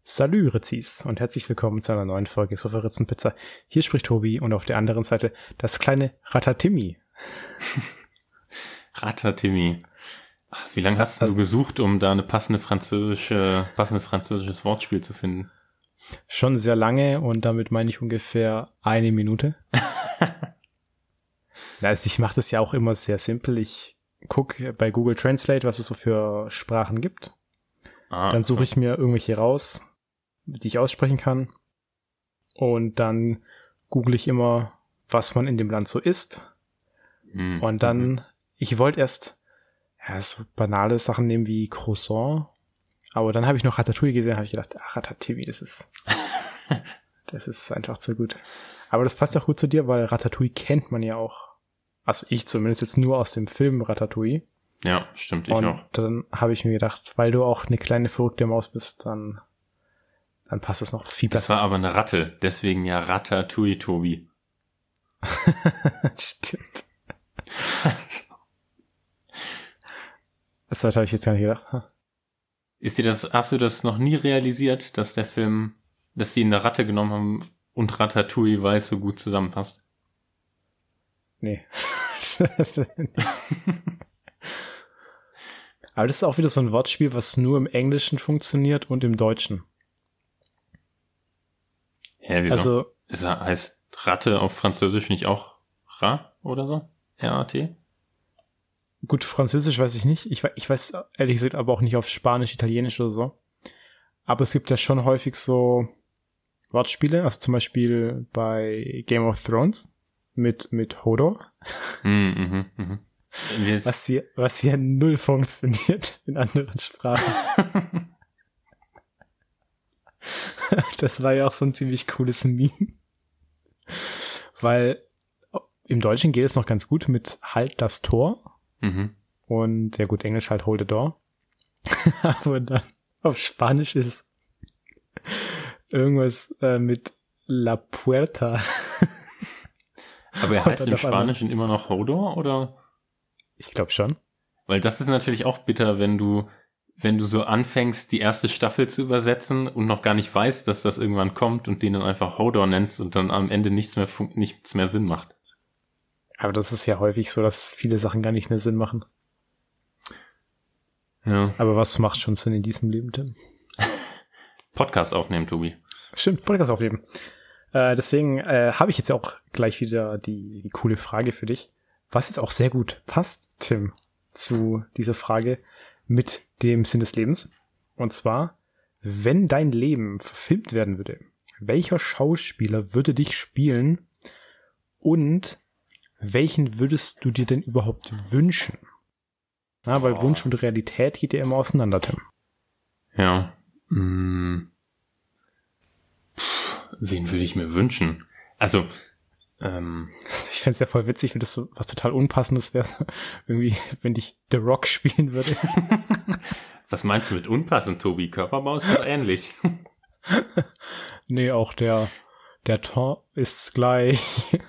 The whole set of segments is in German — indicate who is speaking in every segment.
Speaker 1: Salü, Ritzis, und herzlich willkommen zu einer neuen Folge Sofa-Ritzenpizza. Hier spricht Tobi und auf der anderen Seite das kleine Ratatimi.
Speaker 2: Ratatimi. Wie lange hast du gesucht, um da eine passendes französisches Wortspiel zu finden?
Speaker 1: Schon sehr lange, und damit meine ich ungefähr 1 Minute. Also ich mache das ja auch immer sehr simpel. Ich gucke bei Google Translate, was es so für Sprachen gibt. Dann suche ich mir irgendwelche raus, die ich aussprechen kann. Und dann google ich immer, was man in dem Land so isst. Und dann, ich wollte erst so banale Sachen nehmen wie Croissant. Aber dann habe ich noch Ratatouille gesehen, habe ich gedacht, Ratatouille, das ist einfach zu gut. Aber das passt auch gut zu dir, weil Ratatouille kennt man ja auch. Also ich zumindest jetzt nur aus dem Film Ratatouille.
Speaker 2: Ja, stimmt, ich auch.
Speaker 1: Und dann habe ich mir gedacht, weil du auch eine kleine verrückte Maus bist, dann passt das noch viel besser.
Speaker 2: Das war aber eine Ratte, deswegen ja Ratatouille, Tobi.
Speaker 1: Stimmt. Das habe ich jetzt gar nicht gedacht.
Speaker 2: Hast du das noch nie realisiert, dass der Film, dass die eine Ratte genommen haben und Ratatouille, weil es so gut zusammenpasst?
Speaker 1: Nee. Aber das ist auch wieder so ein Wortspiel, was nur im Englischen funktioniert und im Deutschen.
Speaker 2: Ja, wieso? Also, es heißt Ratte auf Französisch nicht auch Rat oder so? R-A-T?
Speaker 1: Gut, Französisch weiß ich nicht. Ich weiß ehrlich gesagt aber auch nicht auf Spanisch, Italienisch oder so. Aber es gibt ja schon häufig so Wortspiele, also zum Beispiel bei Game of Thrones mit Hodor. Was hier null funktioniert in anderen Sprachen. Das war ja auch so ein ziemlich cooles Meme. Weil im Deutschen geht es noch ganz gut mit Halt das Tor. Und ja gut, Englisch halt Hold the Door. Aber dann auf Spanisch ist irgendwas mit La Puerta.
Speaker 2: Aber er heißt im Spanischen immer noch Hodor, oder?
Speaker 1: Ich glaube schon.
Speaker 2: Weil das ist natürlich auch bitter, wenn du so anfängst, die erste Staffel zu übersetzen und noch gar nicht weißt, dass das irgendwann kommt und den dann einfach Hodor nennst und dann am Ende nichts mehr Sinn macht.
Speaker 1: Aber das ist ja häufig so, dass viele Sachen gar nicht mehr Sinn machen.
Speaker 2: Ja.
Speaker 1: Aber was macht schon Sinn in diesem Leben, Tim?
Speaker 2: Podcast aufnehmen, Tobi.
Speaker 1: Stimmt, Podcast aufnehmen. Deswegen habe ich jetzt auch gleich wieder die coole Frage für dich, was jetzt auch sehr gut passt, Tim, zu dieser Frage mit dem Sinn des Lebens. Und zwar, wenn dein Leben verfilmt werden würde, welcher Schauspieler würde dich spielen und welchen würdest du dir denn überhaupt wünschen? Na, weil Wunsch und Realität geht ja immer auseinander, Tim.
Speaker 2: Ja. Wen würde ich mir wünschen? Also,
Speaker 1: ich fände es ja voll witzig, wenn das so was total Unpassendes wäre. Irgendwie, wenn dich The Rock spielen würde.
Speaker 2: Was meinst du mit unpassend, Tobi? Körperbau ist doch ähnlich.
Speaker 1: Nee, auch der Ton ist gleich.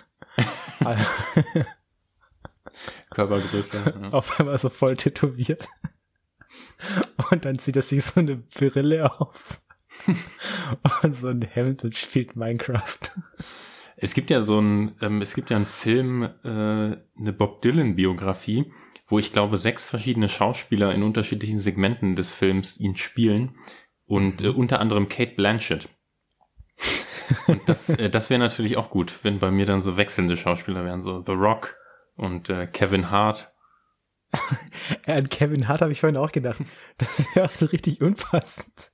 Speaker 2: Körpergröße. Ja.
Speaker 1: Auf einmal so voll tätowiert. Und dann zieht er sich so eine Brille auf. Und so ein Hemd und spielt Minecraft.
Speaker 2: Es gibt ja einen Film, eine Bob Dylan-Biografie, wo ich glaube 6 verschiedene Schauspieler in unterschiedlichen Segmenten des Films ihn spielen und unter anderem Cate Blanchett. Und das wäre natürlich auch gut, wenn bei mir dann so wechselnde Schauspieler wären, so The Rock und Kevin Hart.
Speaker 1: An Kevin Hart habe ich vorhin auch gedacht. Das wäre so richtig unpassend.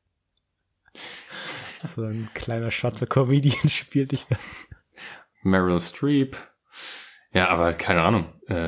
Speaker 1: So ein kleiner schwarzer Comedian spielt dich dann.
Speaker 2: Meryl Streep. Ja, aber keine Ahnung.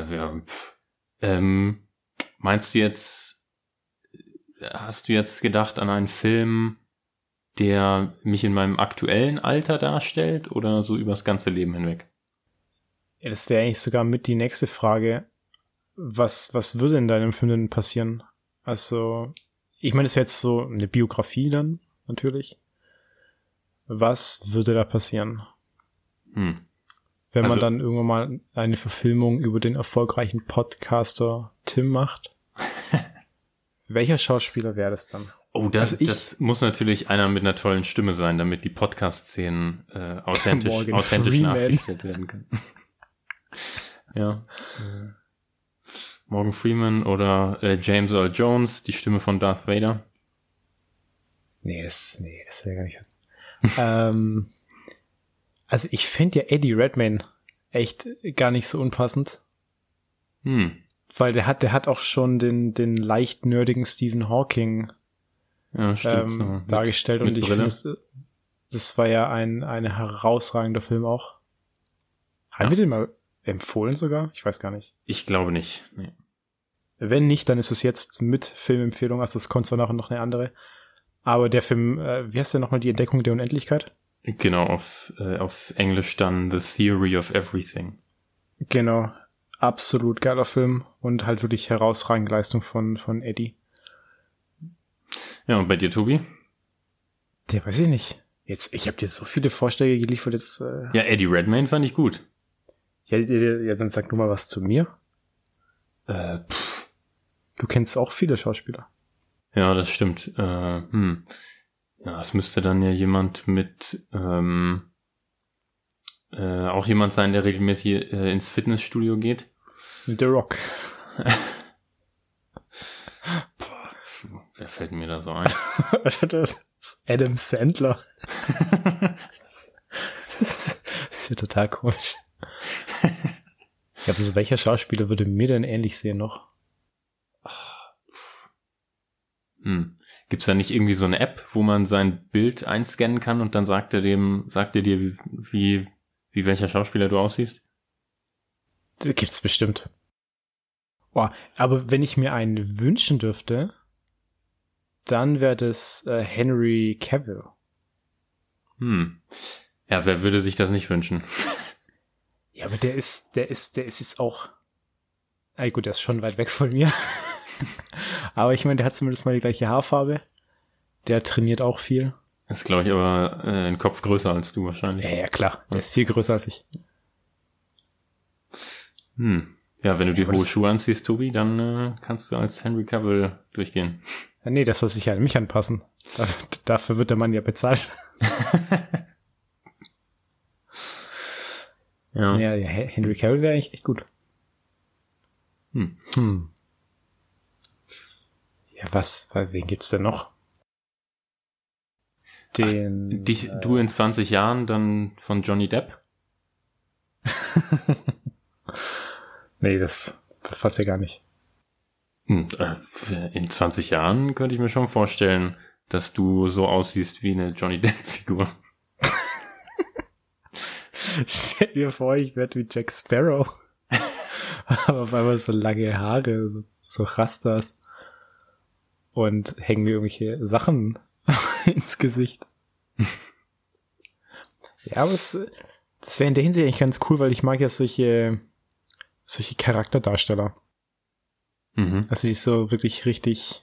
Speaker 2: Meinst du hast du jetzt gedacht an einen Film, der mich in meinem aktuellen Alter darstellt oder so übers ganze Leben hinweg?
Speaker 1: Ja, das wäre eigentlich sogar mit die nächste Frage. Was würde in deinem Film denn passieren? Also, ich meine, das wäre jetzt so eine Biografie dann, natürlich. Was würde da passieren? Wenn man dann irgendwann mal eine Verfilmung über den erfolgreichen Podcaster Tim macht. Welcher Schauspieler wäre das dann?
Speaker 2: Oh, das muss natürlich einer mit einer tollen Stimme sein, damit die Podcast-Szenen authentisch nachgestellt werden können. Ja. Morgan Freeman oder James Earl Jones, die Stimme von Darth Vader.
Speaker 1: Nee, das wäre gar nicht was. Also ich fände ja Eddie Redmayne echt gar nicht so unpassend. Weil der hat auch schon den leicht nerdigen Stephen Hawking dargestellt und ich finde, das war ja ein herausragender Film auch. Haben wir den mal empfohlen sogar? Ich weiß gar nicht.
Speaker 2: Ich glaube nicht. Nee.
Speaker 1: Wenn nicht, dann ist es jetzt mit Filmempfehlung, also das kommt zwar nachher noch eine andere. Aber der Film, wie heißt der nochmal, die Entdeckung der Unendlichkeit?
Speaker 2: Genau, auf Englisch dann The Theory of Everything.
Speaker 1: Genau, absolut geiler Film und halt wirklich herausragende Leistung von Eddie.
Speaker 2: Ja, und bei dir, Tobi?
Speaker 1: Der weiß ich nicht. Ich habe dir so viele Vorschläge geliefert jetzt.
Speaker 2: Ja, Eddie Redmayne fand ich gut.
Speaker 1: Ja, dann sag du mal was zu mir. Du kennst auch viele Schauspieler.
Speaker 2: Ja, das stimmt. Ja, es müsste dann ja jemand mit auch jemand sein, der regelmäßig ins Fitnessstudio geht.
Speaker 1: The Rock.
Speaker 2: Boah, wer fällt mir da so ein?
Speaker 1: Das ist Adam Sandler. Das ist ja total komisch. Ja, also welcher Schauspieler würde mir denn ähnlich sehen noch?
Speaker 2: Gibt's da nicht irgendwie so eine App, wo man sein Bild einscannen kann und dann sagt er dir, wie welcher Schauspieler du aussiehst?
Speaker 1: Das gibt's bestimmt. Boah, aber wenn ich mir einen wünschen dürfte, dann wäre das Henry Cavill.
Speaker 2: Ja, wer würde sich das nicht wünschen?
Speaker 1: Ja, aber der ist jetzt auch, gut, der ist schon weit weg von mir. Aber ich meine, der hat zumindest mal die gleiche Haarfarbe. Der trainiert auch viel.
Speaker 2: Ist, glaube ich, aber ein Kopf größer als du wahrscheinlich.
Speaker 1: Ja, klar. Der ist viel größer als ich.
Speaker 2: Ja, wenn du die hohe Schuhe anziehst, Tobi, dann kannst du als Henry Cavill durchgehen.
Speaker 1: Ja, nee, das soll sich ja an mich anpassen. Dafür wird der Mann ja bezahlt. Ja, Henry Cavill wäre eigentlich echt gut. Ja, wen gibt's denn noch?
Speaker 2: Du in 20 Jahren dann von Johnny Depp?
Speaker 1: Nee, das passt ja gar nicht.
Speaker 2: In 20 Jahren könnte ich mir schon vorstellen, dass du so aussiehst wie eine Johnny Depp-Figur.
Speaker 1: Stell dir vor, ich werde wie Jack Sparrow. Aber auf einmal so lange Haare, so Rastas. Und hängen mir irgendwelche Sachen ins Gesicht. Ja, aber das wäre in der Hinsicht eigentlich ganz cool, weil ich mag ja solche Charakterdarsteller. Also die so wirklich richtig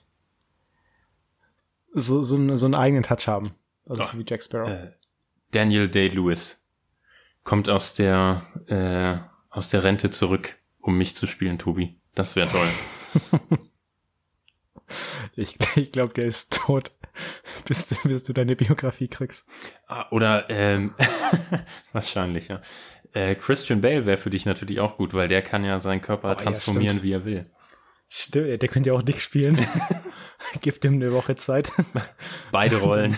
Speaker 1: so einen eigenen Touch haben. Also so wie Jack Sparrow.
Speaker 2: Daniel Day-Lewis kommt aus der Rente zurück, um mich zu spielen, Tobi. Das wäre toll.
Speaker 1: Ich glaube, der ist tot, bis du deine Biografie kriegst.
Speaker 2: Oder wahrscheinlich, ja. Christian Bale wäre für dich natürlich auch gut, weil der kann ja seinen Körper transformieren, wie er will.
Speaker 1: Stimmt, der könnte ja auch Dick spielen. Gib ihm eine Woche Zeit.
Speaker 2: Beide Rollen.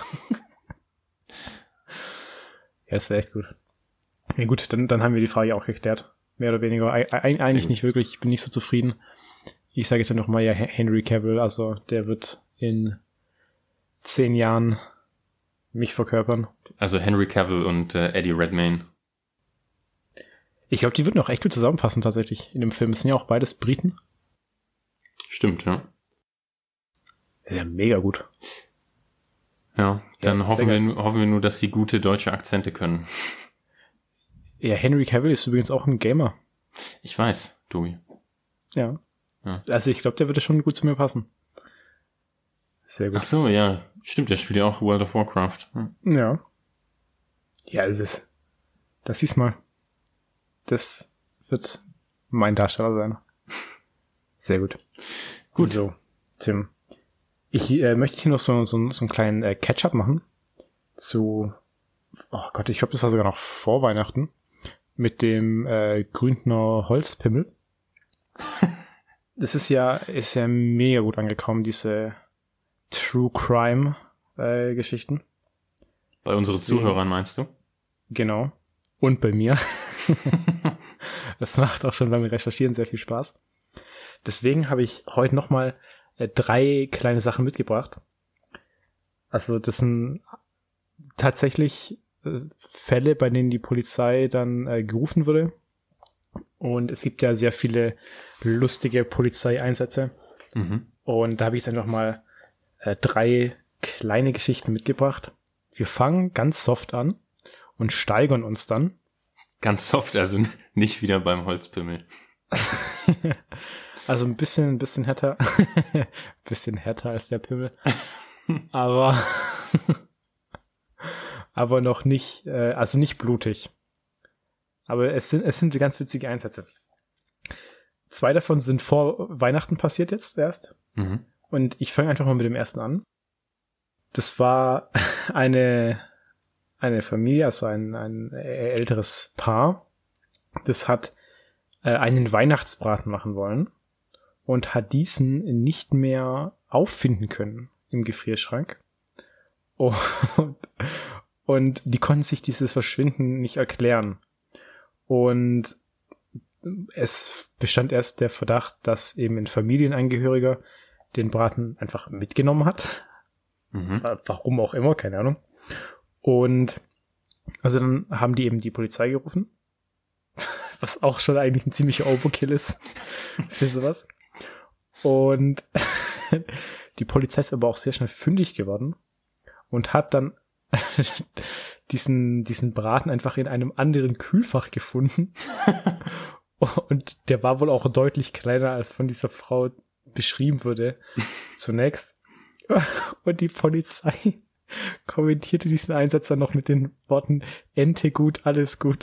Speaker 1: Ja, das wäre echt gut. Ja gut, dann haben wir die Frage auch geklärt. Mehr oder weniger. Eigentlich nicht wirklich, ich bin nicht so zufrieden. Ich sage jetzt ja nochmal, ja, Henry Cavill, also der wird in 10 Jahren mich verkörpern.
Speaker 2: Also Henry Cavill und Eddie Redmayne.
Speaker 1: Ich glaube, die würden auch echt gut zusammenpassen tatsächlich in dem Film. Es sind ja auch beides Briten.
Speaker 2: Stimmt, ja.
Speaker 1: Ja, mega gut.
Speaker 2: Ja, dann hoffen wir nur, dass sie gute deutsche Akzente können.
Speaker 1: Ja, Henry Cavill ist übrigens auch ein Gamer.
Speaker 2: Ich weiß, Tobi.
Speaker 1: Ja. Also ich glaube, der würde schon gut zu mir passen. Sehr gut.
Speaker 2: Ach so, ja. Stimmt, der spielt ja auch World of Warcraft.
Speaker 1: Ja. Ja, das siehst mal. Das wird mein Darsteller sein. Sehr gut. Gut. So, Tim. Ich möchte hier noch so einen kleinen Catch-up machen zu, oh Gott, ich glaube, das war sogar noch vor Weihnachten, mit dem Gründner Holzpimmel. Das ist ja mega gut angekommen, diese True Crime Geschichten.
Speaker 2: Bei unseren Zuhörern meinst du?
Speaker 1: Genau. Und bei mir. Das macht auch schon beim Recherchieren sehr viel Spaß. Deswegen habe ich heute nochmal 3 kleine Sachen mitgebracht. Also das sind tatsächlich Fälle, bei denen die Polizei dann gerufen wurde. Und es gibt ja sehr viele lustige Polizeieinsätze. Mhm. Und da habe ich jetzt einfach mal 3 kleine Geschichten mitgebracht. Wir fangen ganz soft an und steigern uns dann.
Speaker 2: Ganz soft, also nicht wieder beim Holzpimmel.
Speaker 1: Also ein bisschen härter. Bisschen härter als der Pimmel. Aber noch nicht, also nicht blutig. Aber es sind ganz witzige Einsätze. 2 davon sind vor Weihnachten passiert jetzt erst. Mhm. Und ich fange einfach mal mit dem ersten an. Das war eine Familie, also ein älteres Paar. Das hat einen Weihnachtsbraten machen wollen und hat diesen nicht mehr auffinden können im Gefrierschrank. Und die konnten sich dieses Verschwinden nicht erklären. Und es bestand erst der Verdacht, dass eben ein Familienangehöriger den Braten einfach mitgenommen hat. Mhm. Warum auch immer, keine Ahnung. Und also dann haben die eben die Polizei gerufen, was auch schon eigentlich ein ziemlicher Overkill ist für sowas. Und die Polizei ist aber auch sehr schnell fündig geworden und hat dann diesen Braten einfach in einem anderen Kühlfach gefunden. Und der war wohl auch deutlich kleiner, als von dieser Frau beschrieben wurde zunächst. Und die Polizei kommentierte diesen Einsatz dann noch mit den Worten Ente gut, alles gut.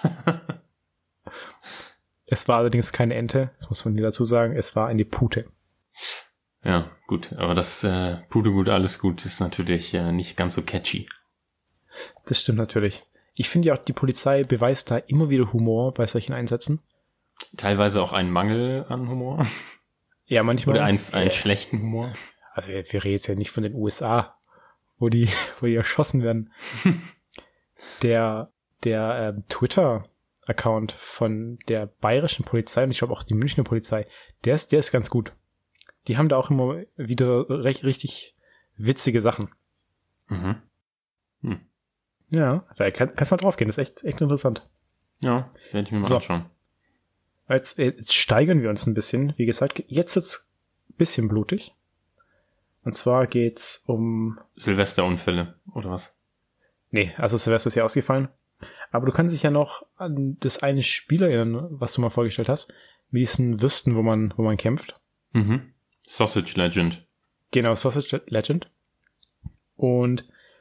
Speaker 1: Es war allerdings keine Ente, das muss man hier dazu sagen, es war eine Pute.
Speaker 2: Ja, gut, aber das Pute gut, alles gut ist natürlich nicht ganz so catchy.
Speaker 1: Das stimmt natürlich. Ich finde ja auch, die Polizei beweist da immer wieder Humor bei solchen Einsätzen.
Speaker 2: Teilweise auch einen Mangel an Humor.
Speaker 1: Ja, manchmal.
Speaker 2: Oder einen schlechten Humor.
Speaker 1: Also wir reden jetzt ja nicht von den USA, wo die erschossen werden. Der Twitter-Account von der bayerischen Polizei und ich glaube auch die Münchner Polizei, der ist ganz gut. Die haben da auch immer wieder richtig witzige Sachen. Mhm. Hm. Ja, da kannst du mal drauf gehen, das ist echt interessant.
Speaker 2: Ja, werde ich mir mal anschauen.
Speaker 1: Jetzt steigern wir uns ein bisschen. Wie gesagt, jetzt wird's ein bisschen blutig. Und zwar geht's um
Speaker 2: Silvesterunfälle, oder was?
Speaker 1: Nee, also Silvester ist ja ausgefallen. Aber du kannst dich ja noch an das eine Spiel erinnern, was du mal vorgestellt hast, mit diesen Würsten, wo man kämpft.
Speaker 2: Mhm. Sausage Legend.
Speaker 1: Genau, Sausage Legend. Und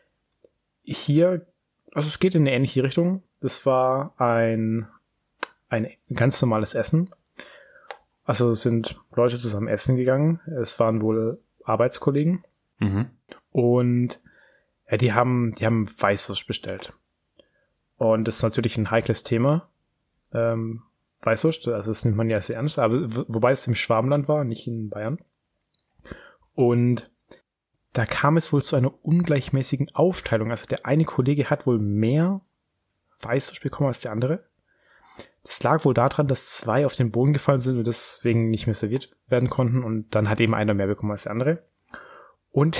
Speaker 1: hier, also es geht in eine ähnliche Richtung. Das war ein ganz normales Essen. Also sind Leute zusammen essen gegangen. Es waren wohl Arbeitskollegen. Mhm. Und ja, die haben Weißwurst bestellt. Und das ist natürlich ein heikles Thema. Weißwurst, also das nimmt man ja sehr ernst, aber wobei es im Schwabenland war, nicht in Bayern. Und da kam es wohl zu einer ungleichmäßigen Aufteilung. Also der eine Kollege hat wohl mehr Weißwurst bekommen als der andere. Das lag wohl daran, dass 2 auf den Boden gefallen sind und deswegen nicht mehr serviert werden konnten. Und dann hat eben einer mehr bekommen als der andere. Und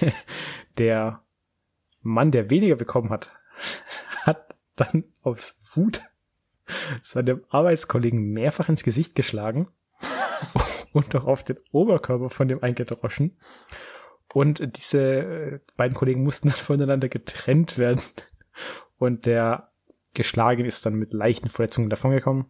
Speaker 1: der Mann, der weniger bekommen hat, hat dann aus Wut seinem Arbeitskollegen mehrfach ins Gesicht geschlagen und auch auf den Oberkörper von dem eingedroschen. Und diese beiden Kollegen mussten dann voneinander getrennt werden. Und der Geschlagen ist dann mit leichten Verletzungen davongekommen.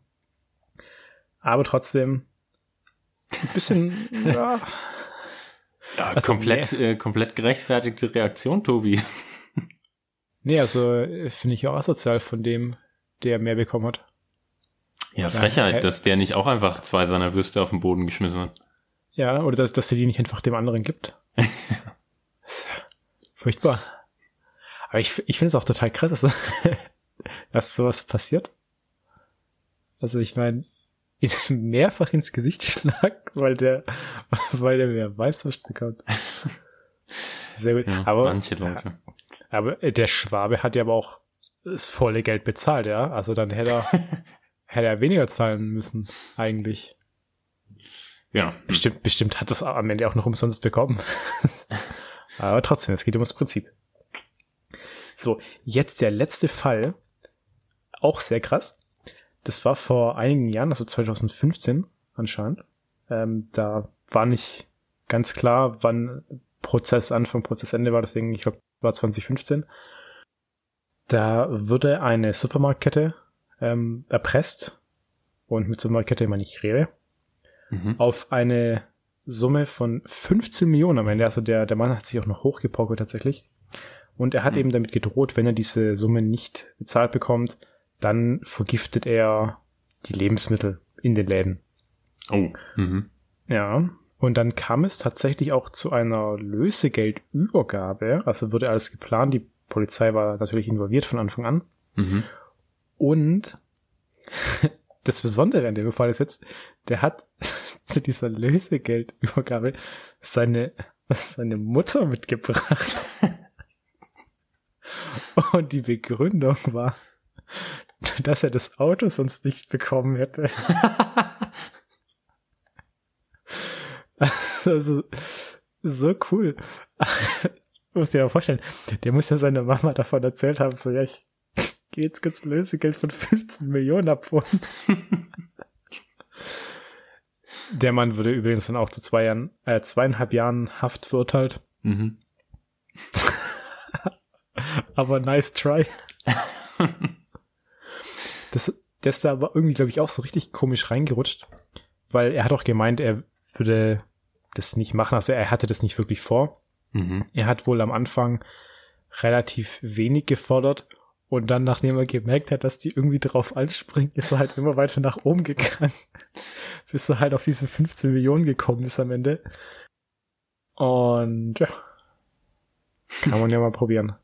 Speaker 1: Aber trotzdem ein bisschen, ja.
Speaker 2: Ja, also komplett gerechtfertigte Reaktion, Tobi.
Speaker 1: Nee, also finde ich auch asozial von dem, der mehr bekommen hat.
Speaker 2: Ja, Frechheit, dass der nicht auch einfach 2 seiner Würste auf den Boden geschmissen hat.
Speaker 1: Ja, oder dass er die nicht einfach dem anderen gibt. Furchtbar. Aber ich finde es auch total krass, dass sowas passiert. Also ich meine, mehrfach ins Gesicht schlagen, weil der mehr Weißwurst bekommt. Sehr gut.
Speaker 2: Ja,
Speaker 1: aber
Speaker 2: manche Leute.
Speaker 1: Aber der Schwabe hat ja aber auch das volle Geld bezahlt, ja. Also dann hätte er weniger zahlen müssen, eigentlich.
Speaker 2: Ja.
Speaker 1: Bestimmt hat das am Ende auch noch umsonst bekommen. Aber trotzdem, es geht um das Prinzip. So, jetzt der letzte Fall. Auch sehr krass. Das war vor einigen Jahren, also 2015 anscheinend. Da war nicht ganz klar, wann Prozessanfang, Prozessende war. Deswegen, ich glaube, war 2015. Da wurde eine Supermarktkette erpresst. Und mit Supermarktkette meine ich Rewe. Auf eine Summe von 15 Millionen am Ende. Also der Mann hat sich auch noch hochgepokert tatsächlich. Und er hat eben damit gedroht, wenn er diese Summe nicht bezahlt bekommt, dann vergiftet er die Lebensmittel in den Läden.
Speaker 2: Oh.
Speaker 1: Ja. Und dann kam es tatsächlich auch zu einer Lösegeldübergabe. Also wurde alles geplant. Die Polizei war natürlich involviert von Anfang an. Und das Besondere an dem Fall ist jetzt, der hat zu dieser Lösegeldübergabe seine Mutter mitgebracht. Und die Begründung war, dass er das Auto sonst nicht bekommen hätte. Also, so cool. Muss dir mal vorstellen, der muss ja seiner Mama davon erzählt haben, so, ja, ich gehe jetzt kurz Lösegeld von 15 Millionen abholen. Der Mann wurde übrigens dann auch zu 2,5 Jahren Haft verurteilt. Aber nice try. Der ist da aber irgendwie, glaube ich, auch so richtig komisch reingerutscht, weil er hat auch gemeint, er würde das nicht machen, also er hatte das nicht wirklich vor. Er hat wohl am Anfang relativ wenig gefordert und dann, nachdem er gemerkt hat, dass die irgendwie drauf anspringen, ist er halt immer weiter nach oben gegangen, bis er halt auf diese 15 Millionen gekommen ist am Ende. Und ja, kann man ja mal probieren.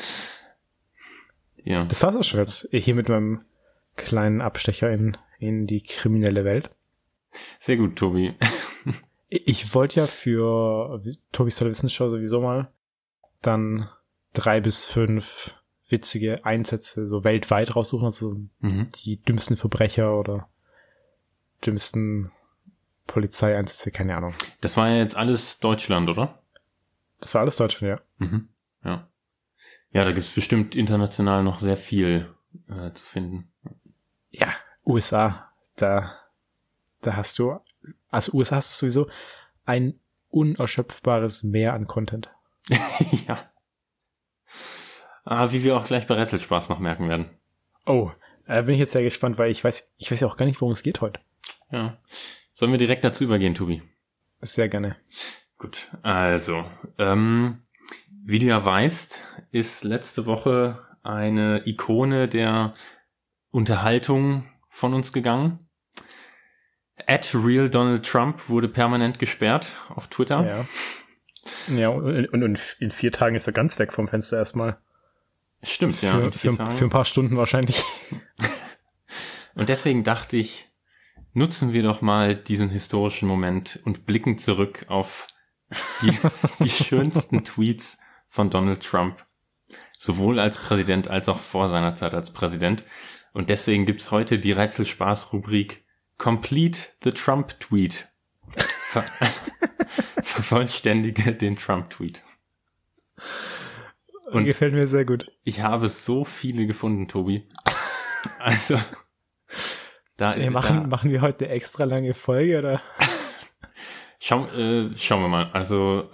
Speaker 2: Ja.
Speaker 1: Das war's auch schon jetzt hier mit meinem kleinen Abstecher in die kriminelle Welt.
Speaker 2: Sehr gut, Tobi.
Speaker 1: Ich wollte ja für Tobis tolle Wissensshow sowieso mal dann 3 bis 5 witzige Einsätze so weltweit raussuchen, also die dümmsten Verbrecher oder dümmsten Polizeieinsätze, keine Ahnung.
Speaker 2: Das war ja jetzt alles Deutschland, oder?
Speaker 1: Das war alles Deutschland, ja.
Speaker 2: Ja. Ja, da gibt's bestimmt international noch sehr viel zu finden.
Speaker 1: Ja, USA, da hast du, also USA hast du sowieso ein unerschöpfbares Meer an Content.
Speaker 2: Ja. Wie wir auch gleich bei Rätselspaß noch merken werden.
Speaker 1: Oh, bin ich jetzt sehr gespannt, weil ich weiß ja auch gar nicht, worum es geht heute.
Speaker 2: Ja. Sollen wir direkt dazu übergehen, Tobi?
Speaker 1: Sehr gerne.
Speaker 2: Gut, also, wie du ja weißt, ist letzte Woche eine Ikone der Unterhaltung von uns gegangen. @RealDonaldTrump wurde permanent gesperrt auf Twitter.
Speaker 1: Ja. Ja, und in 4 Tagen ist er ganz weg vom Fenster erstmal.
Speaker 2: Stimmt, ja.
Speaker 1: Für ein paar Stunden wahrscheinlich.
Speaker 2: Und deswegen dachte ich, nutzen wir doch mal diesen historischen Moment und blicken zurück auf die schönsten Tweets von Donald Trump. Sowohl als Präsident als auch vor seiner Zeit als Präsident. Und deswegen gibt's heute die Rätselspaß-Rubrik Complete the Trump Tweet. Vervollständige den Trump-Tweet.
Speaker 1: Und gefällt mir sehr gut.
Speaker 2: Ich habe so viele gefunden, Tobi. Also,
Speaker 1: machen wir heute eine extra lange Folge, oder?
Speaker 2: Schauen wir mal. Also,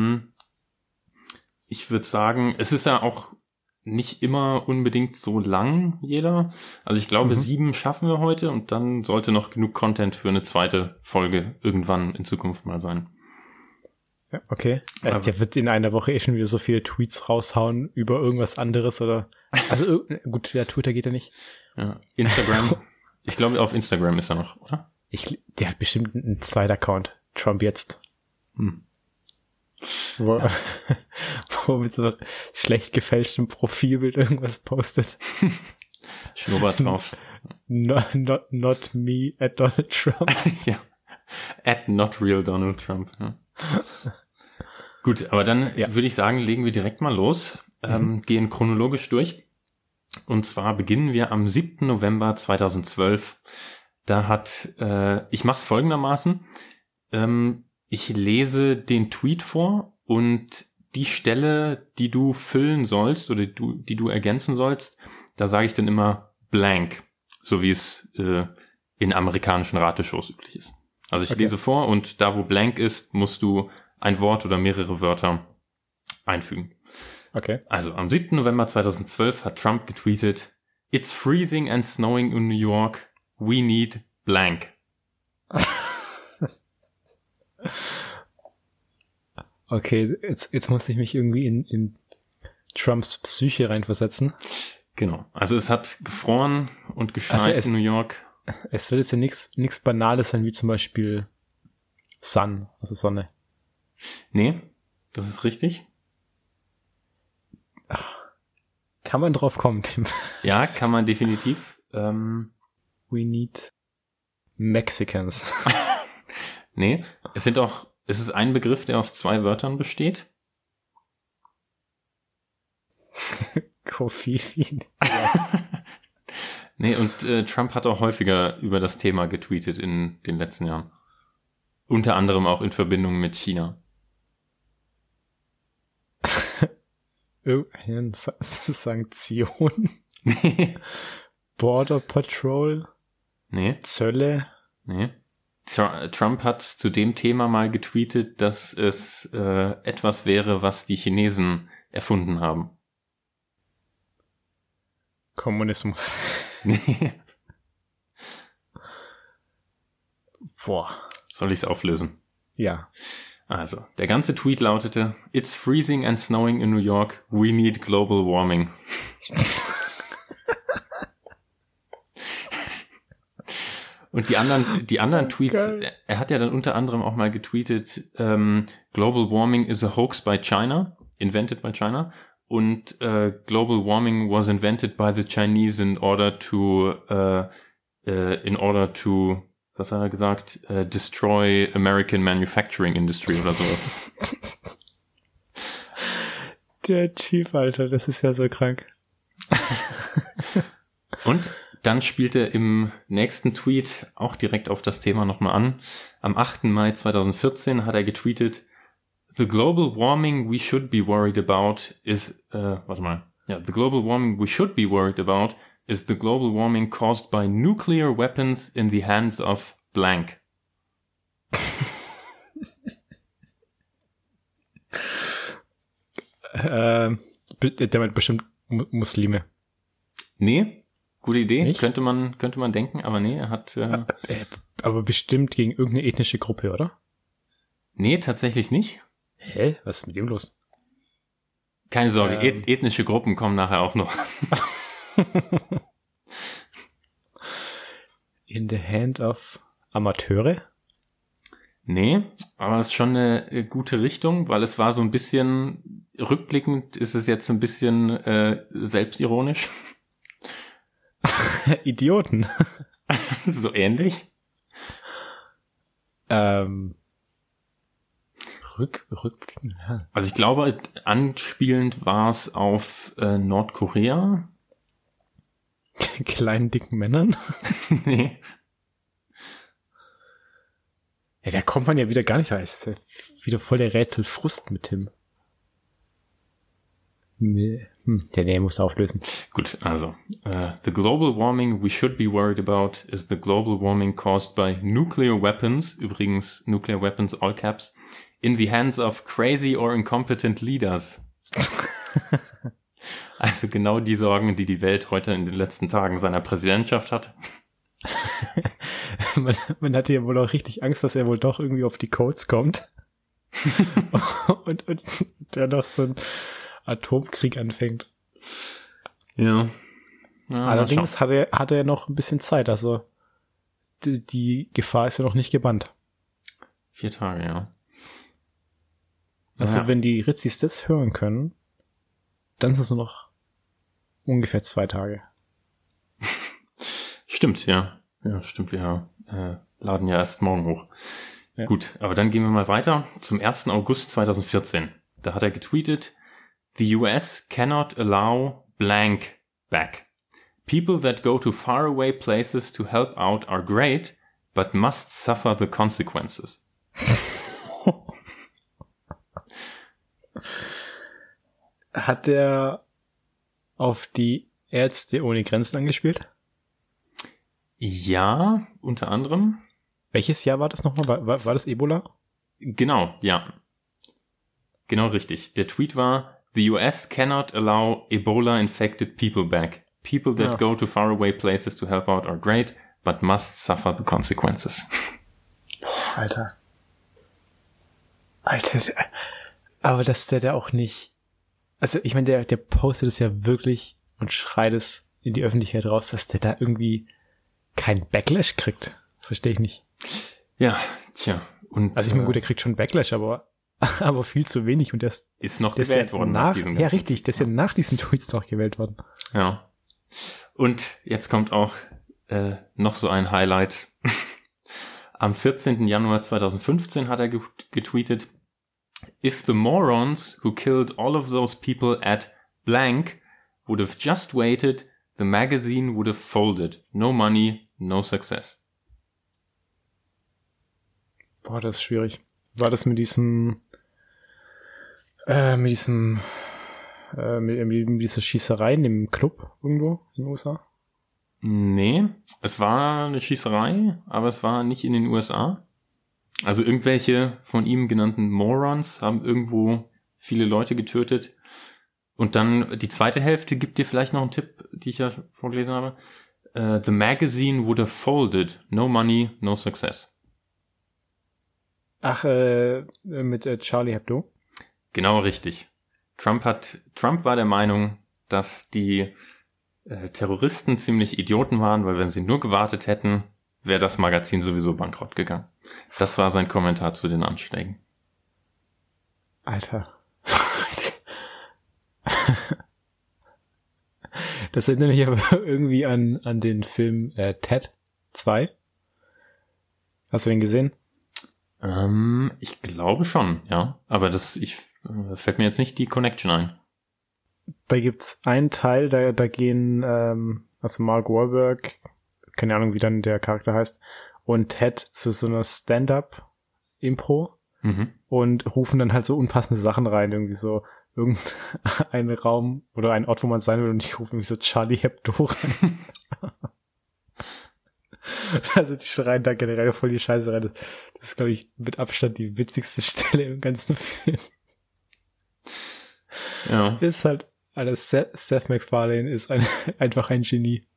Speaker 2: ich würde sagen, es ist ja auch nicht immer unbedingt so lang, jeder. Also ich glaube, 7 schaffen wir heute und dann sollte noch genug Content für eine zweite Folge irgendwann in Zukunft mal sein.
Speaker 1: Ja, okay. Der wird in einer Woche schon wieder so viele Tweets raushauen über irgendwas anderes oder, also gut, ja, Twitter geht ja nicht.
Speaker 2: Ja, Instagram. Ich glaube, auf Instagram ist er noch, oder?
Speaker 1: Der hat bestimmt einen zweiten Account. Trump jetzt. Wo, wo mit so schlecht gefälschtem Profilbild irgendwas postet.
Speaker 2: Schnurrbart drauf.
Speaker 1: Not me at Donald Trump.
Speaker 2: Ja. At not real Donald Trump. Ja. Gut, aber dann würde ich sagen, legen wir direkt mal los, gehen chronologisch durch. Und zwar beginnen wir am 7. November 2012. Da hat, ich mache es folgendermaßen, ich lese den Tweet vor und die Stelle, die du füllen sollst oder die du ergänzen sollst, da sage ich dann immer blank, so wie es in amerikanischen Rateshows üblich ist. Also ich lese vor und da, wo blank ist, musst du ein Wort oder mehrere Wörter einfügen.
Speaker 1: Okay.
Speaker 2: Also am 7. November 2012 hat Trump getweetet, "It's freezing and snowing in New York. We need blank."
Speaker 1: Okay, jetzt muss ich mich irgendwie in Trumps Psyche reinversetzen.
Speaker 2: Genau. Also es hat gefroren und geschneit in New York.
Speaker 1: Es wird jetzt ja nichts Banales sein, wie zum Beispiel Sun, also Sonne.
Speaker 2: Nee, das ist richtig.
Speaker 1: Kann man drauf kommen, Tim?
Speaker 2: Ja, kann man definitiv.
Speaker 1: We need Mexicans.
Speaker 2: Nee, es ist ein Begriff, der aus 2 Wörtern besteht.
Speaker 1: Kofifi.
Speaker 2: Nee, und Trump hat auch häufiger über das Thema getweetet in den letzten Jahren. Unter anderem auch in Verbindung mit China.
Speaker 1: Sanktionen? Nee. Border Patrol?
Speaker 2: Nee.
Speaker 1: Zölle?
Speaker 2: Nee. Trump hat zu dem Thema mal getweetet, dass es etwas wäre, was die Chinesen erfunden haben.
Speaker 1: Kommunismus.
Speaker 2: Nee.
Speaker 1: Boah.
Speaker 2: Soll ich's auflösen?
Speaker 1: Ja.
Speaker 2: Also, der ganze Tweet lautete, "It's freezing and snowing in New York. We need global warming." Und die anderen Tweets, er hat ja dann unter anderem auch mal getweetet, "Global warming is a hoax by China, invented by China." Und global warming was invented by the Chinese in order to, was hat er gesagt, destroy American manufacturing industry oder sowas.
Speaker 1: Der Typ, Alter, das ist ja so krank.
Speaker 2: Und dann spielt er im nächsten Tweet auch direkt auf das Thema nochmal an. Am 8. Mai 2014 hat er getweetet, "The global warming we should be worried about is, the global warming we should be worried about is the global warming caused by nuclear weapons in the hands of blank."
Speaker 1: Der meint bestimmt Muslime.
Speaker 2: Nee, gute Idee.
Speaker 1: Nicht?
Speaker 2: Könnte man denken, aber nee, er hat...
Speaker 1: aber bestimmt gegen irgendeine ethnische Gruppe, oder?
Speaker 2: Nee, tatsächlich nicht.
Speaker 1: Hä? Was ist mit dem los?
Speaker 2: Keine Sorge, ethnische Gruppen kommen nachher auch noch.
Speaker 1: In the hand of Amateure?
Speaker 2: Nee, aber es ist schon eine gute Richtung, weil es war so ein bisschen, rückblickend ist es jetzt ein bisschen selbstironisch.
Speaker 1: Idioten.
Speaker 2: So ähnlich.
Speaker 1: Rückblickend. Ja.
Speaker 2: Also ich glaube, anspielend war es auf Nordkorea.
Speaker 1: Kleinen, dicken Männern?
Speaker 2: Nee.
Speaker 1: Ja, da kommt man ja wieder gar nicht rein. Das ist ja wieder voll der Rätselfrust mit Tim. Der muss auflösen.
Speaker 2: Gut, also. The global warming we should be worried about is the global warming caused by nuclear weapons, übrigens nuclear weapons, all caps, in the hands of crazy or incompetent leaders. Also genau die Sorgen, die die Welt heute in den letzten Tagen seiner Präsidentschaft hat.
Speaker 1: Man hatte ja wohl auch richtig Angst, dass er wohl doch irgendwie auf die Codes kommt. und der noch so ein Atomkrieg anfängt.
Speaker 2: Ja.
Speaker 1: Allerdings hat er noch ein bisschen Zeit, also die Gefahr ist ja noch nicht gebannt.
Speaker 2: 4 Tage, ja.
Speaker 1: Also wenn die Ritzis das hören können, dann sind es nur noch ungefähr 2 Tage.
Speaker 2: Stimmt, ja. Ja, stimmt, wir laden ja erst morgen hoch.
Speaker 1: Ja.
Speaker 2: Gut, aber dann gehen wir mal weiter zum 1. August 2014. Da hat er getweetet, The US cannot allow blank back. People that go to faraway places to help out are great, but must suffer the consequences.
Speaker 1: Hat der auf die Ärzte ohne Grenzen angespielt?
Speaker 2: Ja, unter anderem.
Speaker 1: Welches Jahr war das nochmal? War das Ebola?
Speaker 2: Genau, ja. Genau richtig. Der Tweet war, The US cannot allow Ebola-infected people back. People that go to faraway places to help out are great, but must suffer the consequences.
Speaker 1: Alter, aber dass der da auch nicht, also ich meine, der postet es ja wirklich und schreit es in die Öffentlichkeit raus, dass der da irgendwie keinen Backlash kriegt. Verstehe ich nicht.
Speaker 2: Ja, tja. Und,
Speaker 1: also ich meine, gut, der kriegt schon Backlash, aber viel zu wenig und das
Speaker 2: ist noch gewählt worden.
Speaker 1: Ja, richtig, der ist ja nach diesen Tweets noch gewählt worden.
Speaker 2: Ja. Und jetzt kommt auch noch so ein Highlight. Am 14. Januar 2015 hat er getweetet, If the morons who killed all of those people at blank would have just waited, the magazine would have folded. No money, no success.
Speaker 1: Boah, das ist schwierig. War das mit dieser Schießerei in dem Club irgendwo in den USA?
Speaker 2: Nee, es war eine Schießerei, aber es war nicht in den USA. Also irgendwelche von ihm genannten Morons haben irgendwo viele Leute getötet. Und dann die zweite Hälfte gibt dir vielleicht noch einen Tipp, die ich ja vorgelesen habe. The magazine would have folded. No money, no success.
Speaker 1: Ach, mit Charlie Hebdo?
Speaker 2: Genau richtig. Trump war der Meinung, dass die Terroristen ziemlich Idioten waren, weil wenn sie nur gewartet hätten, wäre das Magazin sowieso bankrott gegangen. Das war sein Kommentar zu den Anschlägen.
Speaker 1: Alter. Das erinnert mich aber irgendwie an den Film Ted 2. Hast du den gesehen?
Speaker 2: Ich glaube schon, ja. Aber fällt mir jetzt nicht die Connection ein.
Speaker 1: Da gibt's einen Teil, da gehen also Mark Wahlberg, keine Ahnung, wie dann der Charakter heißt, und Ted zu so einer Stand-up-Impro und rufen dann halt so unpassende Sachen rein, irgendwie so irgendein Raum oder ein Ort, wo man sein will, und ich rufe irgendwie so Charlie Hebdo rein. Also die schreien da generell voll die Scheiße rein. Das ist, glaube ich, mit Abstand die witzigste Stelle im ganzen Film.
Speaker 2: Ja.
Speaker 1: Ist halt, alles Seth MacFarlane ist einfach ein Genie.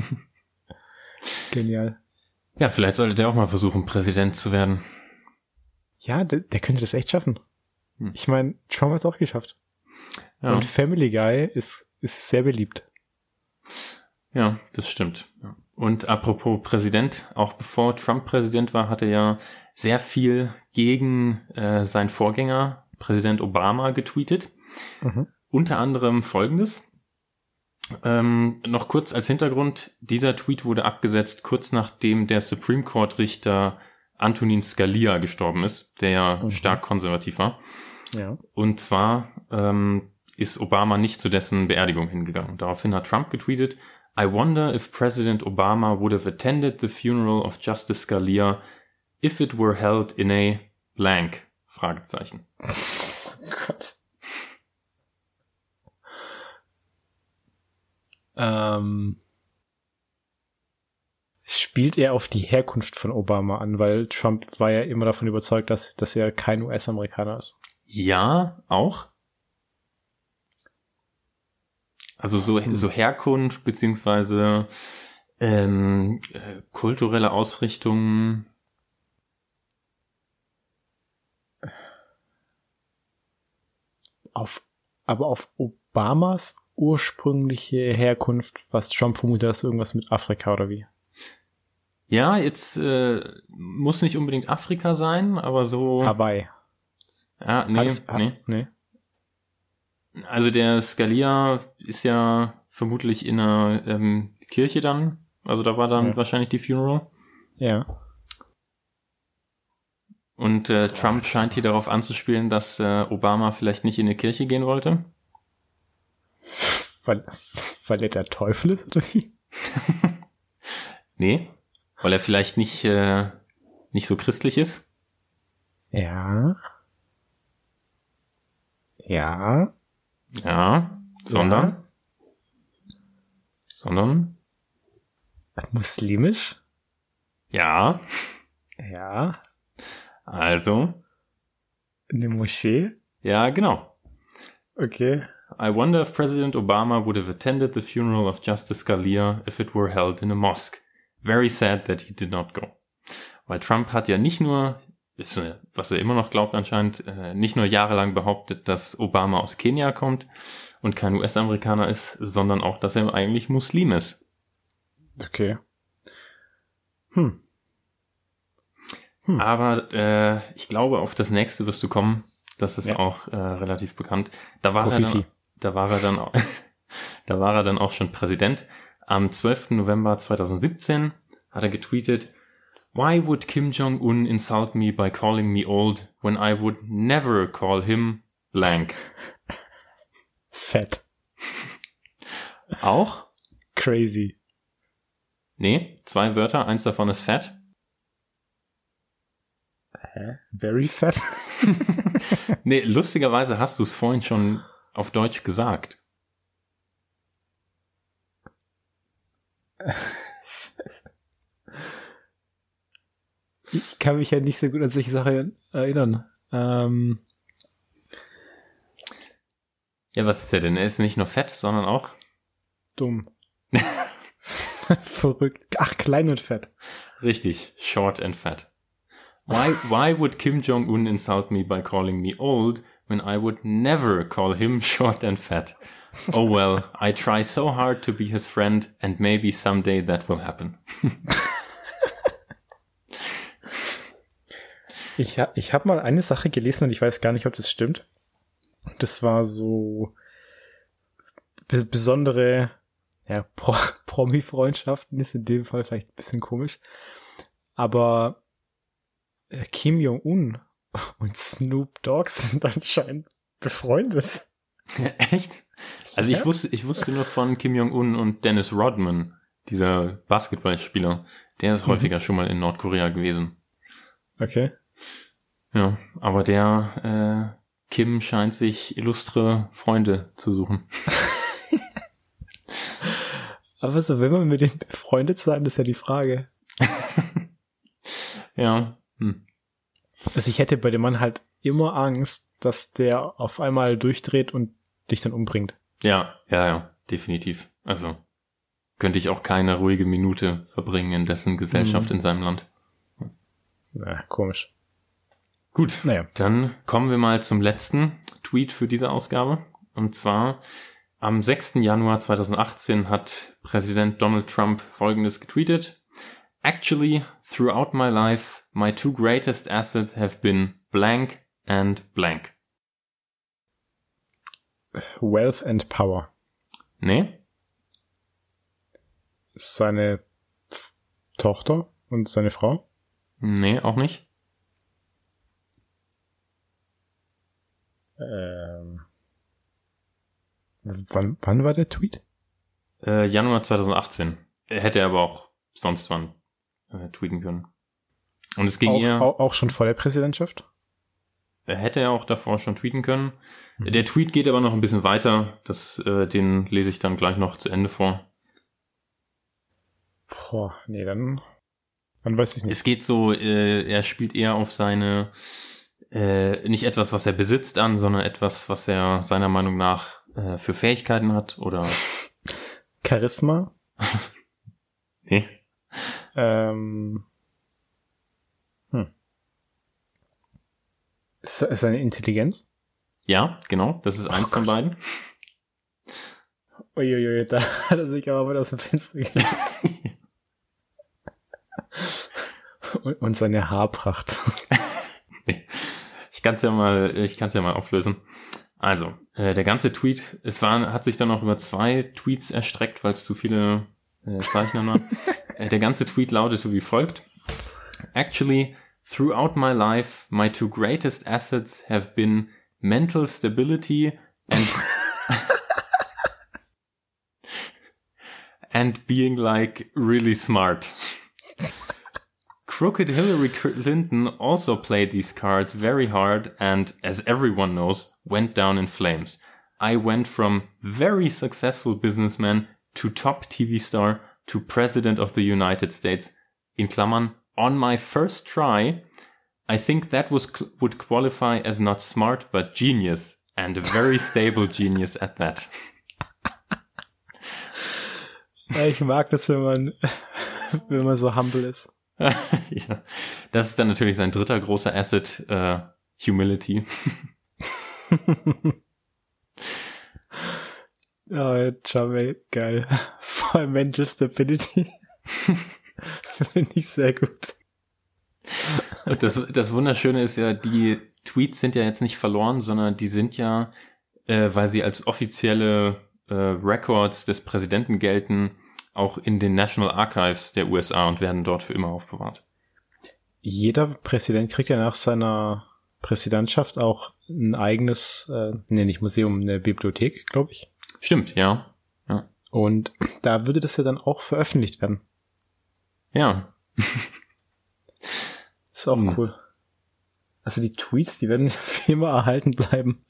Speaker 1: Genial.
Speaker 2: Ja, vielleicht sollte der auch mal versuchen, Präsident zu werden.
Speaker 1: Ja, der könnte das echt schaffen. Ich meine, Trump hat es auch geschafft.
Speaker 2: Ja.
Speaker 1: Und Family Guy ist sehr beliebt.
Speaker 2: Ja, das stimmt. Ja. Und apropos Präsident, auch bevor Trump Präsident war, hat er ja sehr viel gegen seinen Vorgänger, Präsident Obama, getweetet. Unter anderem Folgendes. Noch kurz als Hintergrund, dieser Tweet wurde abgesetzt, kurz nachdem der Supreme Court Richter Antonin Scalia gestorben ist, der ja stark konservativ war.
Speaker 1: Ja.
Speaker 2: Und zwar ist Obama nicht zu dessen Beerdigung hingegangen. Daraufhin hat Trump getweetet, I wonder if President Obama would have attended the funeral of Justice Scalia if it were held in a blank? Fragezeichen.
Speaker 1: Oh Gott. Spielt er auf die Herkunft von Obama an, weil Trump war ja immer davon überzeugt, dass er kein US-Amerikaner ist.
Speaker 2: Ja, auch. Also so Herkunft beziehungsweise kulturelle Ausrichtung.
Speaker 1: Aber auf Obamas ursprüngliche Herkunft, was Trump vermutet, ist irgendwas mit Afrika oder wie?
Speaker 2: Ja, jetzt muss nicht unbedingt Afrika sein, aber so.
Speaker 1: Hawaii.
Speaker 2: Ja, nee.
Speaker 1: Nee.
Speaker 2: Also der Scalia ist ja vermutlich in einer Kirche dann. Also da war dann wahrscheinlich die Funeral.
Speaker 1: Ja.
Speaker 2: Und Trump scheint hier darauf anzuspielen, dass Obama vielleicht nicht in eine Kirche gehen wollte.
Speaker 1: Weil er der Teufel ist, oder wie?
Speaker 2: Nee, weil er vielleicht nicht so christlich ist.
Speaker 1: Ja. Ja.
Speaker 2: Ja, sondern
Speaker 1: muslimisch?
Speaker 2: Ja,
Speaker 1: Ja.
Speaker 2: also
Speaker 1: Eine Moschee?
Speaker 2: ja, genau.
Speaker 1: Okay.
Speaker 2: I wonder if President Obama would have attended the funeral of Justice Scalia if it were held in a mosque. Very sad that he did not go. Weil Trump hat ja nicht nur, was er immer noch glaubt anscheinend, nicht nur jahrelang behauptet, dass Obama aus Kenia kommt und kein US-Amerikaner ist, sondern auch, dass er eigentlich Muslim ist.
Speaker 1: Okay.
Speaker 2: Aber ich glaube, auf das nächste wirst du kommen. Das ist auch relativ bekannt. Da war er dann auch schon Präsident. Am 12. November 2017 hat er getweetet: Why would Kim Jong-un insult me by calling me old when I would never call him blank?
Speaker 1: Fett.
Speaker 2: Auch?
Speaker 1: Crazy.
Speaker 2: Nee, 2 Wörter, eins davon ist fett.
Speaker 1: Very fat?
Speaker 2: Nee, lustigerweise hast du es vorhin schon auf Deutsch gesagt.
Speaker 1: Ich kann mich ja nicht so gut an solche Sachen erinnern.
Speaker 2: Ja, was ist der denn? Er ist nicht nur fett, sondern auch
Speaker 1: dumm. Verrückt. Ach, klein und fett.
Speaker 2: richtig, short and fat. Why would Kim Jong-un insult me by calling me old when I would never call him short and fat? Oh well, I try so hard to be his friend and maybe someday that will happen.
Speaker 1: Ich hab mal eine Sache gelesen und ich weiß gar nicht, ob das stimmt. Das war so besondere Promi-Freundschaften, ist in dem Fall vielleicht ein bisschen komisch. Aber Kim Jong-un und Snoop Dogg sind anscheinend befreundet.
Speaker 2: Echt? Also ich wusste nur von Kim Jong-un und Dennis Rodman, dieser Basketballspieler. Der ist häufiger schon mal in Nordkorea gewesen.
Speaker 1: Okay.
Speaker 2: Ja, aber der Kim scheint sich illustre Freunde zu suchen.
Speaker 1: Aber so, wenn man mit denen befreundet sein, ist ja die Frage.
Speaker 2: Ja.
Speaker 1: Also ich hätte bei dem Mann halt immer Angst, dass der auf einmal durchdreht und dich dann umbringt.
Speaker 2: Ja, definitiv. Also könnte ich auch keine ruhige Minute verbringen in dessen Gesellschaft in seinem Land.
Speaker 1: Na, komisch.
Speaker 2: Gut, Dann kommen wir mal zum letzten Tweet für diese Ausgabe. Und zwar am 6. Januar 2018 hat Präsident Donald Trump Folgendes getweetet: Actually, throughout my life, my 2 greatest assets have been blank and blank.
Speaker 1: Wealth and Power.
Speaker 2: Nee?
Speaker 1: Seine Tochter und seine Frau?
Speaker 2: Nee, auch nicht.
Speaker 1: Wann war der Tweet?
Speaker 2: Januar 2018. Er hätte aber auch sonst wann tweeten können. Und es ging
Speaker 1: auch schon vor der Präsidentschaft?
Speaker 2: Hätte er auch davor schon tweeten können. Der Tweet geht aber noch ein bisschen weiter. Den lese ich dann gleich noch zu Ende vor.
Speaker 1: Boah, nee, dann weiß ich nicht.
Speaker 2: Es geht so, er spielt eher auf seine, nicht etwas, was er besitzt an, sondern etwas, was er seiner Meinung nach für Fähigkeiten hat oder
Speaker 1: Charisma?
Speaker 2: Nee.
Speaker 1: Ist seine Intelligenz?
Speaker 2: Ja, genau, das ist eins von beiden.
Speaker 1: Uiuiui, da hat er sich aber mal aus dem Fenster gelegt. und seine Haarpracht.
Speaker 2: Nee. Ich kann es ja mal auflösen. Also, der ganze Tweet, hat sich dann noch über 2 Tweets erstreckt, weil es zu viele Zeichen waren. Der ganze Tweet lautete wie folgt. Actually, throughout my life, my 2 greatest assets have been mental stability and being like really smart. Crooked Hillary Clinton also played these cards very hard and, as everyone knows, went down in flames. I went from very successful businessman to top TV star to President of the United States. In Klammern, on my first try, I think that would qualify as not smart but genius and a very stable genius at that.
Speaker 1: Ja, ich mag das, wenn man so humble ist.
Speaker 2: Ja, das ist dann natürlich sein dritter großer Asset, Humility.
Speaker 1: Oh, Jamie, geil. Vor allem Mental Stability. Finde ich sehr gut.
Speaker 2: Und das Wunderschöne ist ja, die Tweets sind ja jetzt nicht verloren, sondern die sind ja, weil sie als offizielle Records des Präsidenten gelten, auch in den National Archives der USA und werden dort für immer aufbewahrt.
Speaker 1: Jeder Präsident kriegt ja nach seiner Präsidentschaft auch ein eigenes, nicht Museum, eine Bibliothek, glaube ich.
Speaker 2: Stimmt, ja.
Speaker 1: Und da würde das ja dann auch veröffentlicht werden.
Speaker 2: Ja.
Speaker 1: Ist auch cool. Also die Tweets, die werden für immer erhalten bleiben.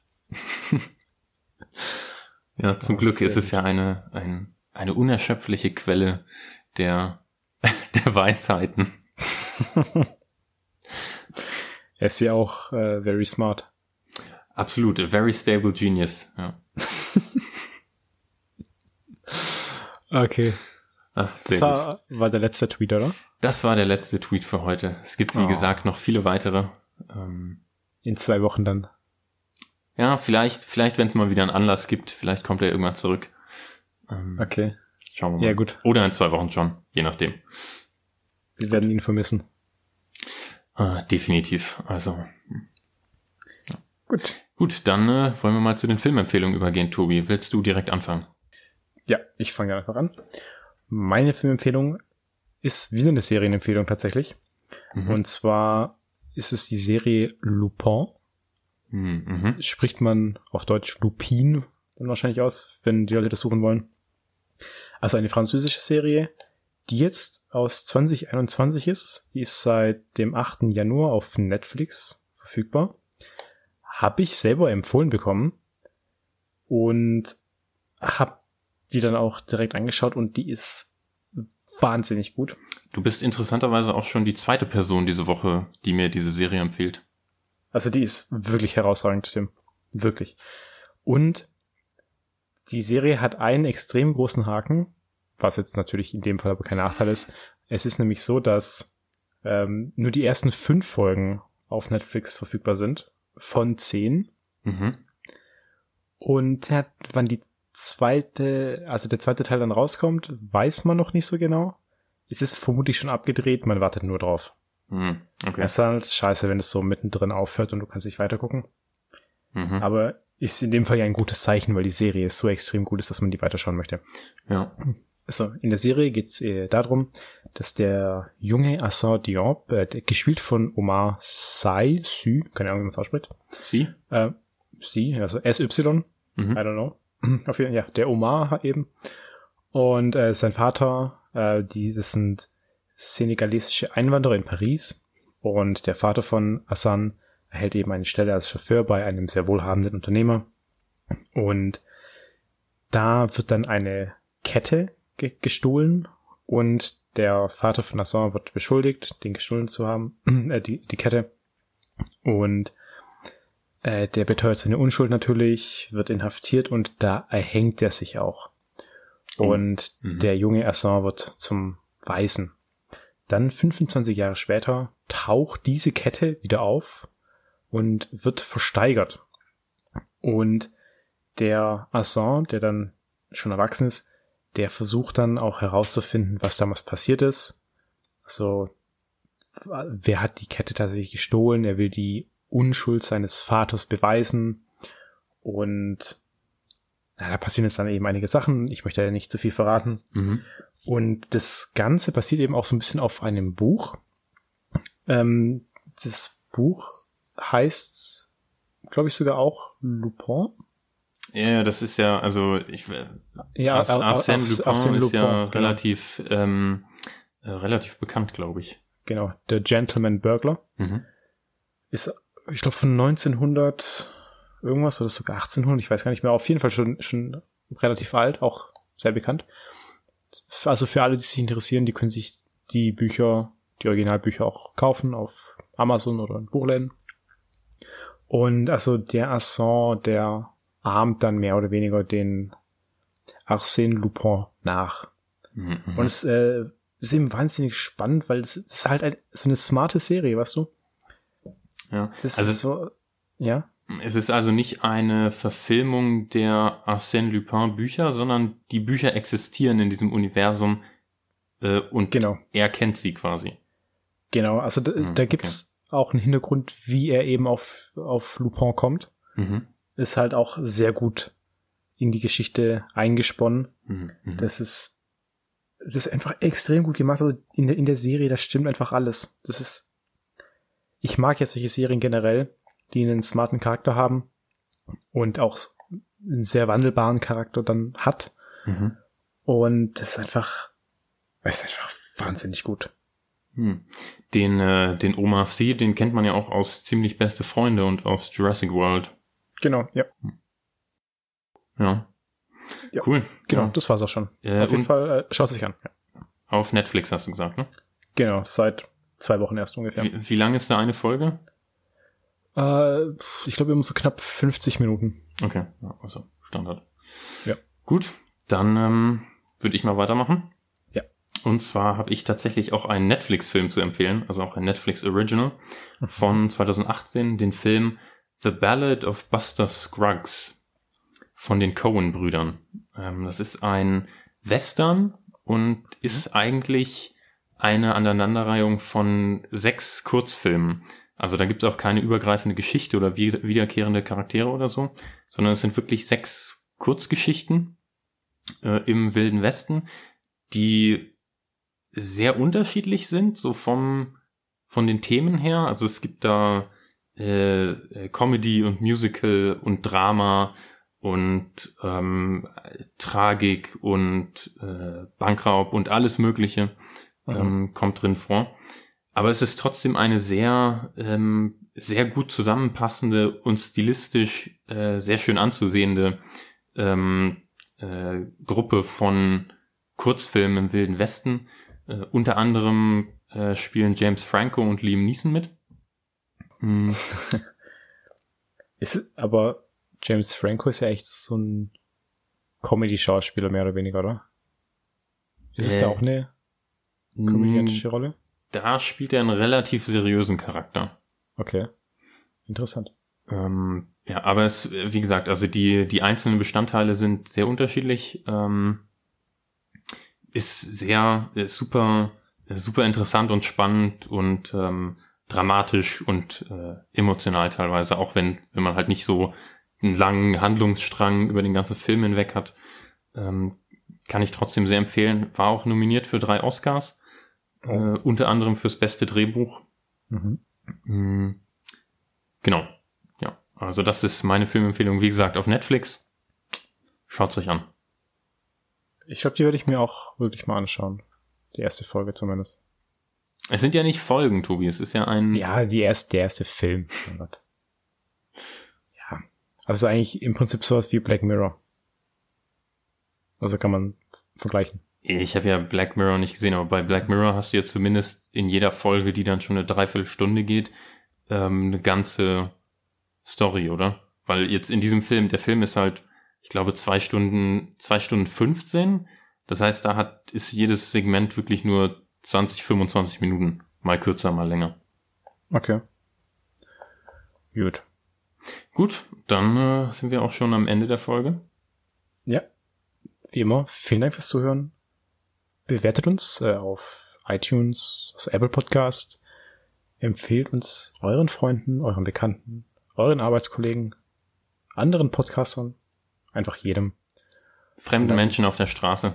Speaker 2: Ja, zum Glück ist es ja eine unerschöpfliche Quelle der Weisheiten.
Speaker 1: Er ist ja auch very smart.
Speaker 2: Absolut, a very stable genius. Ja.
Speaker 1: Okay.
Speaker 2: Sehr
Speaker 1: das war der letzte Tweet, oder?
Speaker 2: Das war der letzte Tweet für heute. Es gibt, wie gesagt, noch viele weitere.
Speaker 1: In 2 Wochen dann.
Speaker 2: Ja, vielleicht, wenn es mal wieder einen Anlass gibt, vielleicht kommt er irgendwann zurück.
Speaker 1: Okay.
Speaker 2: Schauen wir mal.
Speaker 1: Ja, gut.
Speaker 2: Oder in 2 Wochen schon, je nachdem.
Speaker 1: Wir werden ihn vermissen.
Speaker 2: Definitiv. Also. Ja.
Speaker 1: Gut,
Speaker 2: dann wollen wir mal zu den Filmempfehlungen übergehen, Tobi. Willst du direkt anfangen?
Speaker 1: Ja, ich fange einfach an. Meine Filmempfehlung ist wieder eine Serienempfehlung tatsächlich.
Speaker 2: Mhm.
Speaker 1: Und zwar ist es die Serie Lupin.
Speaker 2: Mhm.
Speaker 1: Spricht man auf Deutsch Lupin dann wahrscheinlich aus, wenn die Leute das suchen wollen. Also eine französische Serie, die jetzt aus 2021 ist. Die ist seit dem 8. Januar auf Netflix verfügbar. Habe ich selber empfohlen bekommen und habe die dann auch direkt angeschaut und die ist wahnsinnig gut.
Speaker 2: Du bist interessanterweise auch schon die 2. Person diese Woche, die mir diese Serie empfiehlt.
Speaker 1: Also die ist wirklich herausragend, Tim. Wirklich. Und die Serie hat einen extrem großen Haken, was jetzt natürlich in dem Fall aber kein Nachteil ist. Es ist nämlich so, dass nur die ersten 5 Folgen auf Netflix verfügbar sind, von 10.
Speaker 2: Mhm.
Speaker 1: Und wann der zweite Teil dann rauskommt, weiß man noch nicht so genau. Es ist vermutlich schon abgedreht, man wartet nur drauf.
Speaker 2: Okay.
Speaker 1: Es ist halt scheiße, wenn es so mittendrin aufhört und du kannst nicht weitergucken.
Speaker 2: Mhm.
Speaker 1: Aber ist in dem Fall ja ein gutes Zeichen, weil die Serie so extrem gut ist, dass man die weiterschauen möchte.
Speaker 2: Ja.
Speaker 1: Also in der Serie geht es darum, dass der junge Assad Diop, gespielt von Omar Sy, keine Ahnung, wie man es ausspricht.
Speaker 2: Sie,
Speaker 1: also SY, I don't know. Auf jeden Fall, ja, der Omar eben. Und sein Vater, das sind senegalesische Einwanderer in Paris. Und der Vater von Hassan erhält eben eine Stelle als Chauffeur bei einem sehr wohlhabenden Unternehmer. Und da wird dann eine Kette gestohlen und der Vater von Hassan wird beschuldigt, den gestohlen zu haben, die Kette. Und der beteuert seine Unschuld natürlich, wird inhaftiert und da erhängt er sich auch. Und der junge Hassan wird zum Waisen. Dann 25 Jahre später taucht diese Kette wieder auf und wird versteigert. Und der Hassan, der dann schon erwachsen ist, der versucht dann auch herauszufinden, was damals passiert ist. Also, wer hat die Kette tatsächlich gestohlen? Er will die Unschuld seines Vaters beweisen. Und da passieren jetzt dann eben einige Sachen. Ich möchte ja nicht zu viel verraten.
Speaker 2: Mhm.
Speaker 1: Und das Ganze basiert eben auch so ein bisschen auf einem Buch. Das Buch heißt, glaube ich, sogar auch Lupin.
Speaker 2: Ja, das ist ja, also
Speaker 1: Ja,
Speaker 2: Arsène Lupin ist ja
Speaker 1: genau.
Speaker 2: relativ bekannt, glaube ich.
Speaker 1: Genau, der Gentleman Burglar.
Speaker 2: Mhm.
Speaker 1: Ist, ich glaube, von 1900 irgendwas oder sogar 1800, ich weiß gar nicht mehr. Auf jeden Fall schon relativ alt, auch sehr bekannt. Also für alle, die sich interessieren, die können sich die Originalbücher auch kaufen auf Amazon oder in Buchläden. Und also der Arsène, der ahmt dann mehr oder weniger den Arsène Lupin nach.
Speaker 2: Mhm.
Speaker 1: Und es ist eben wahnsinnig spannend, weil es ist halt so eine smarte Serie, weißt du?
Speaker 2: Ja.
Speaker 1: Das
Speaker 2: Also
Speaker 1: ist so, ja.
Speaker 2: Es ist also nicht eine Verfilmung der Arsène Lupin Bücher, sondern die Bücher existieren in diesem Universum und
Speaker 1: Genau.
Speaker 2: er kennt sie quasi.
Speaker 1: Genau, also da gibt's auch einen Hintergrund, wie er eben auf Lupin kommt.
Speaker 2: Mhm.
Speaker 1: Ist halt auch sehr gut in die Geschichte eingesponnen.
Speaker 2: Mhm.
Speaker 1: Das ist einfach extrem gut gemacht. Also in der Serie, da stimmt einfach alles. Ich mag ja solche Serien generell, die einen smarten Charakter haben und auch einen sehr wandelbaren Charakter dann hat.
Speaker 2: Mhm.
Speaker 1: Und das ist einfach wahnsinnig gut.
Speaker 2: Den Omar Sy, den kennt man ja auch aus Ziemlich beste Freunde und aus Jurassic World.
Speaker 1: Genau, ja.
Speaker 2: Ja.
Speaker 1: Ja.
Speaker 2: Cool.
Speaker 1: Genau,
Speaker 2: Ja.
Speaker 1: Das war's auch schon. Auf jeden Fall, schaut es sich an. Ja.
Speaker 2: Auf Netflix hast du gesagt, ne?
Speaker 1: Genau, seit 2 Wochen erst ungefähr.
Speaker 2: Wie lang ist da eine Folge?
Speaker 1: Ich glaube immer so knapp 50 Minuten.
Speaker 2: Okay, ja, also Standard.
Speaker 1: Ja.
Speaker 2: Gut, dann würde ich mal weitermachen.
Speaker 1: Ja.
Speaker 2: Und zwar habe ich tatsächlich auch einen Netflix-Film zu empfehlen, also auch ein Netflix-Original von 2018, den Film The Ballad of Buster Scruggs von den Coen-Brüdern. Das ist ein Western und ist eigentlich eine Aneinanderreihung von 6 Kurzfilmen. Also da gibt es auch keine übergreifende Geschichte oder wiederkehrende Charaktere oder so, sondern es sind wirklich 6 Kurzgeschichten im Wilden Westen, die sehr unterschiedlich sind, so von den Themen her. Also es gibt da Comedy und Musical und Drama und Tragik und Bankraub und alles Mögliche kommt drin vor. Aber es ist trotzdem eine sehr, sehr gut zusammenpassende und stilistisch sehr schön anzusehende Gruppe von Kurzfilmen im Wilden Westen. Unter anderem spielen James Franco und Liam Neeson mit.
Speaker 1: Aber James Franco ist ja echt so ein Comedy-Schauspieler, mehr oder weniger, oder? Ist es da auch eine komödiantische Rolle?
Speaker 2: Da spielt er einen relativ seriösen Charakter.
Speaker 1: Okay. Interessant.
Speaker 2: Ja, aber es, wie gesagt, also die einzelnen Bestandteile sind sehr unterschiedlich. Ist super interessant und spannend und dramatisch und emotional teilweise, auch wenn man halt nicht so einen langen Handlungsstrang über den ganzen Film hinweg hat. Kann ich trotzdem sehr empfehlen. War auch nominiert für 3 Oscars. Unter anderem fürs beste Drehbuch. Genau. Ja, also das ist meine Filmempfehlung, wie gesagt, auf Netflix. Schaut's euch an.
Speaker 1: Ich glaube, die werde ich mir auch wirklich mal anschauen. Die erste Folge zumindest.
Speaker 2: Es sind ja nicht Folgen, Tobi. Es ist ja ein...
Speaker 1: Ja, der erste Film. Oh Gott. Ja. Also eigentlich im Prinzip sowas wie Black Mirror. Also kann man vergleichen.
Speaker 2: Ich habe ja Black Mirror nicht gesehen, aber bei Black Mirror hast du ja zumindest in jeder Folge, die dann schon eine Dreiviertelstunde geht, eine ganze Story, oder? Weil jetzt in diesem Film, der Film ist halt, ich glaube, 2 Stunden 15. Das heißt, ist jedes Segment wirklich nur 20, 25 Minuten. Mal kürzer, mal länger.
Speaker 1: Okay. Gut,
Speaker 2: dann sind wir auch schon am Ende der Folge.
Speaker 1: Ja. Wie immer, vielen Dank fürs Zuhören. Bewertet uns auf iTunes, also Apple Podcast. empfehlt uns euren Freunden, euren Bekannten, euren Arbeitskollegen, anderen Podcastern, einfach jedem.
Speaker 2: Fremden Menschen auf der Straße.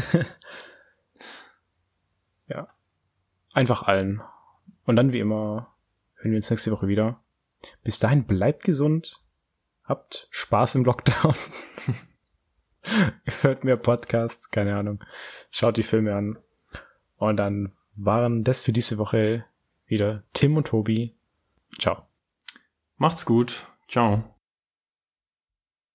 Speaker 1: Ja. Einfach allen. Und dann wie immer hören wir uns nächste Woche wieder. Bis dahin bleibt gesund. Habt Spaß im Lockdown. Hört mehr Podcasts, keine Ahnung. Schaut die Filme an. Und dann waren das für diese Woche wieder Tim und Tobi. Ciao.
Speaker 2: Macht's gut. Ciao.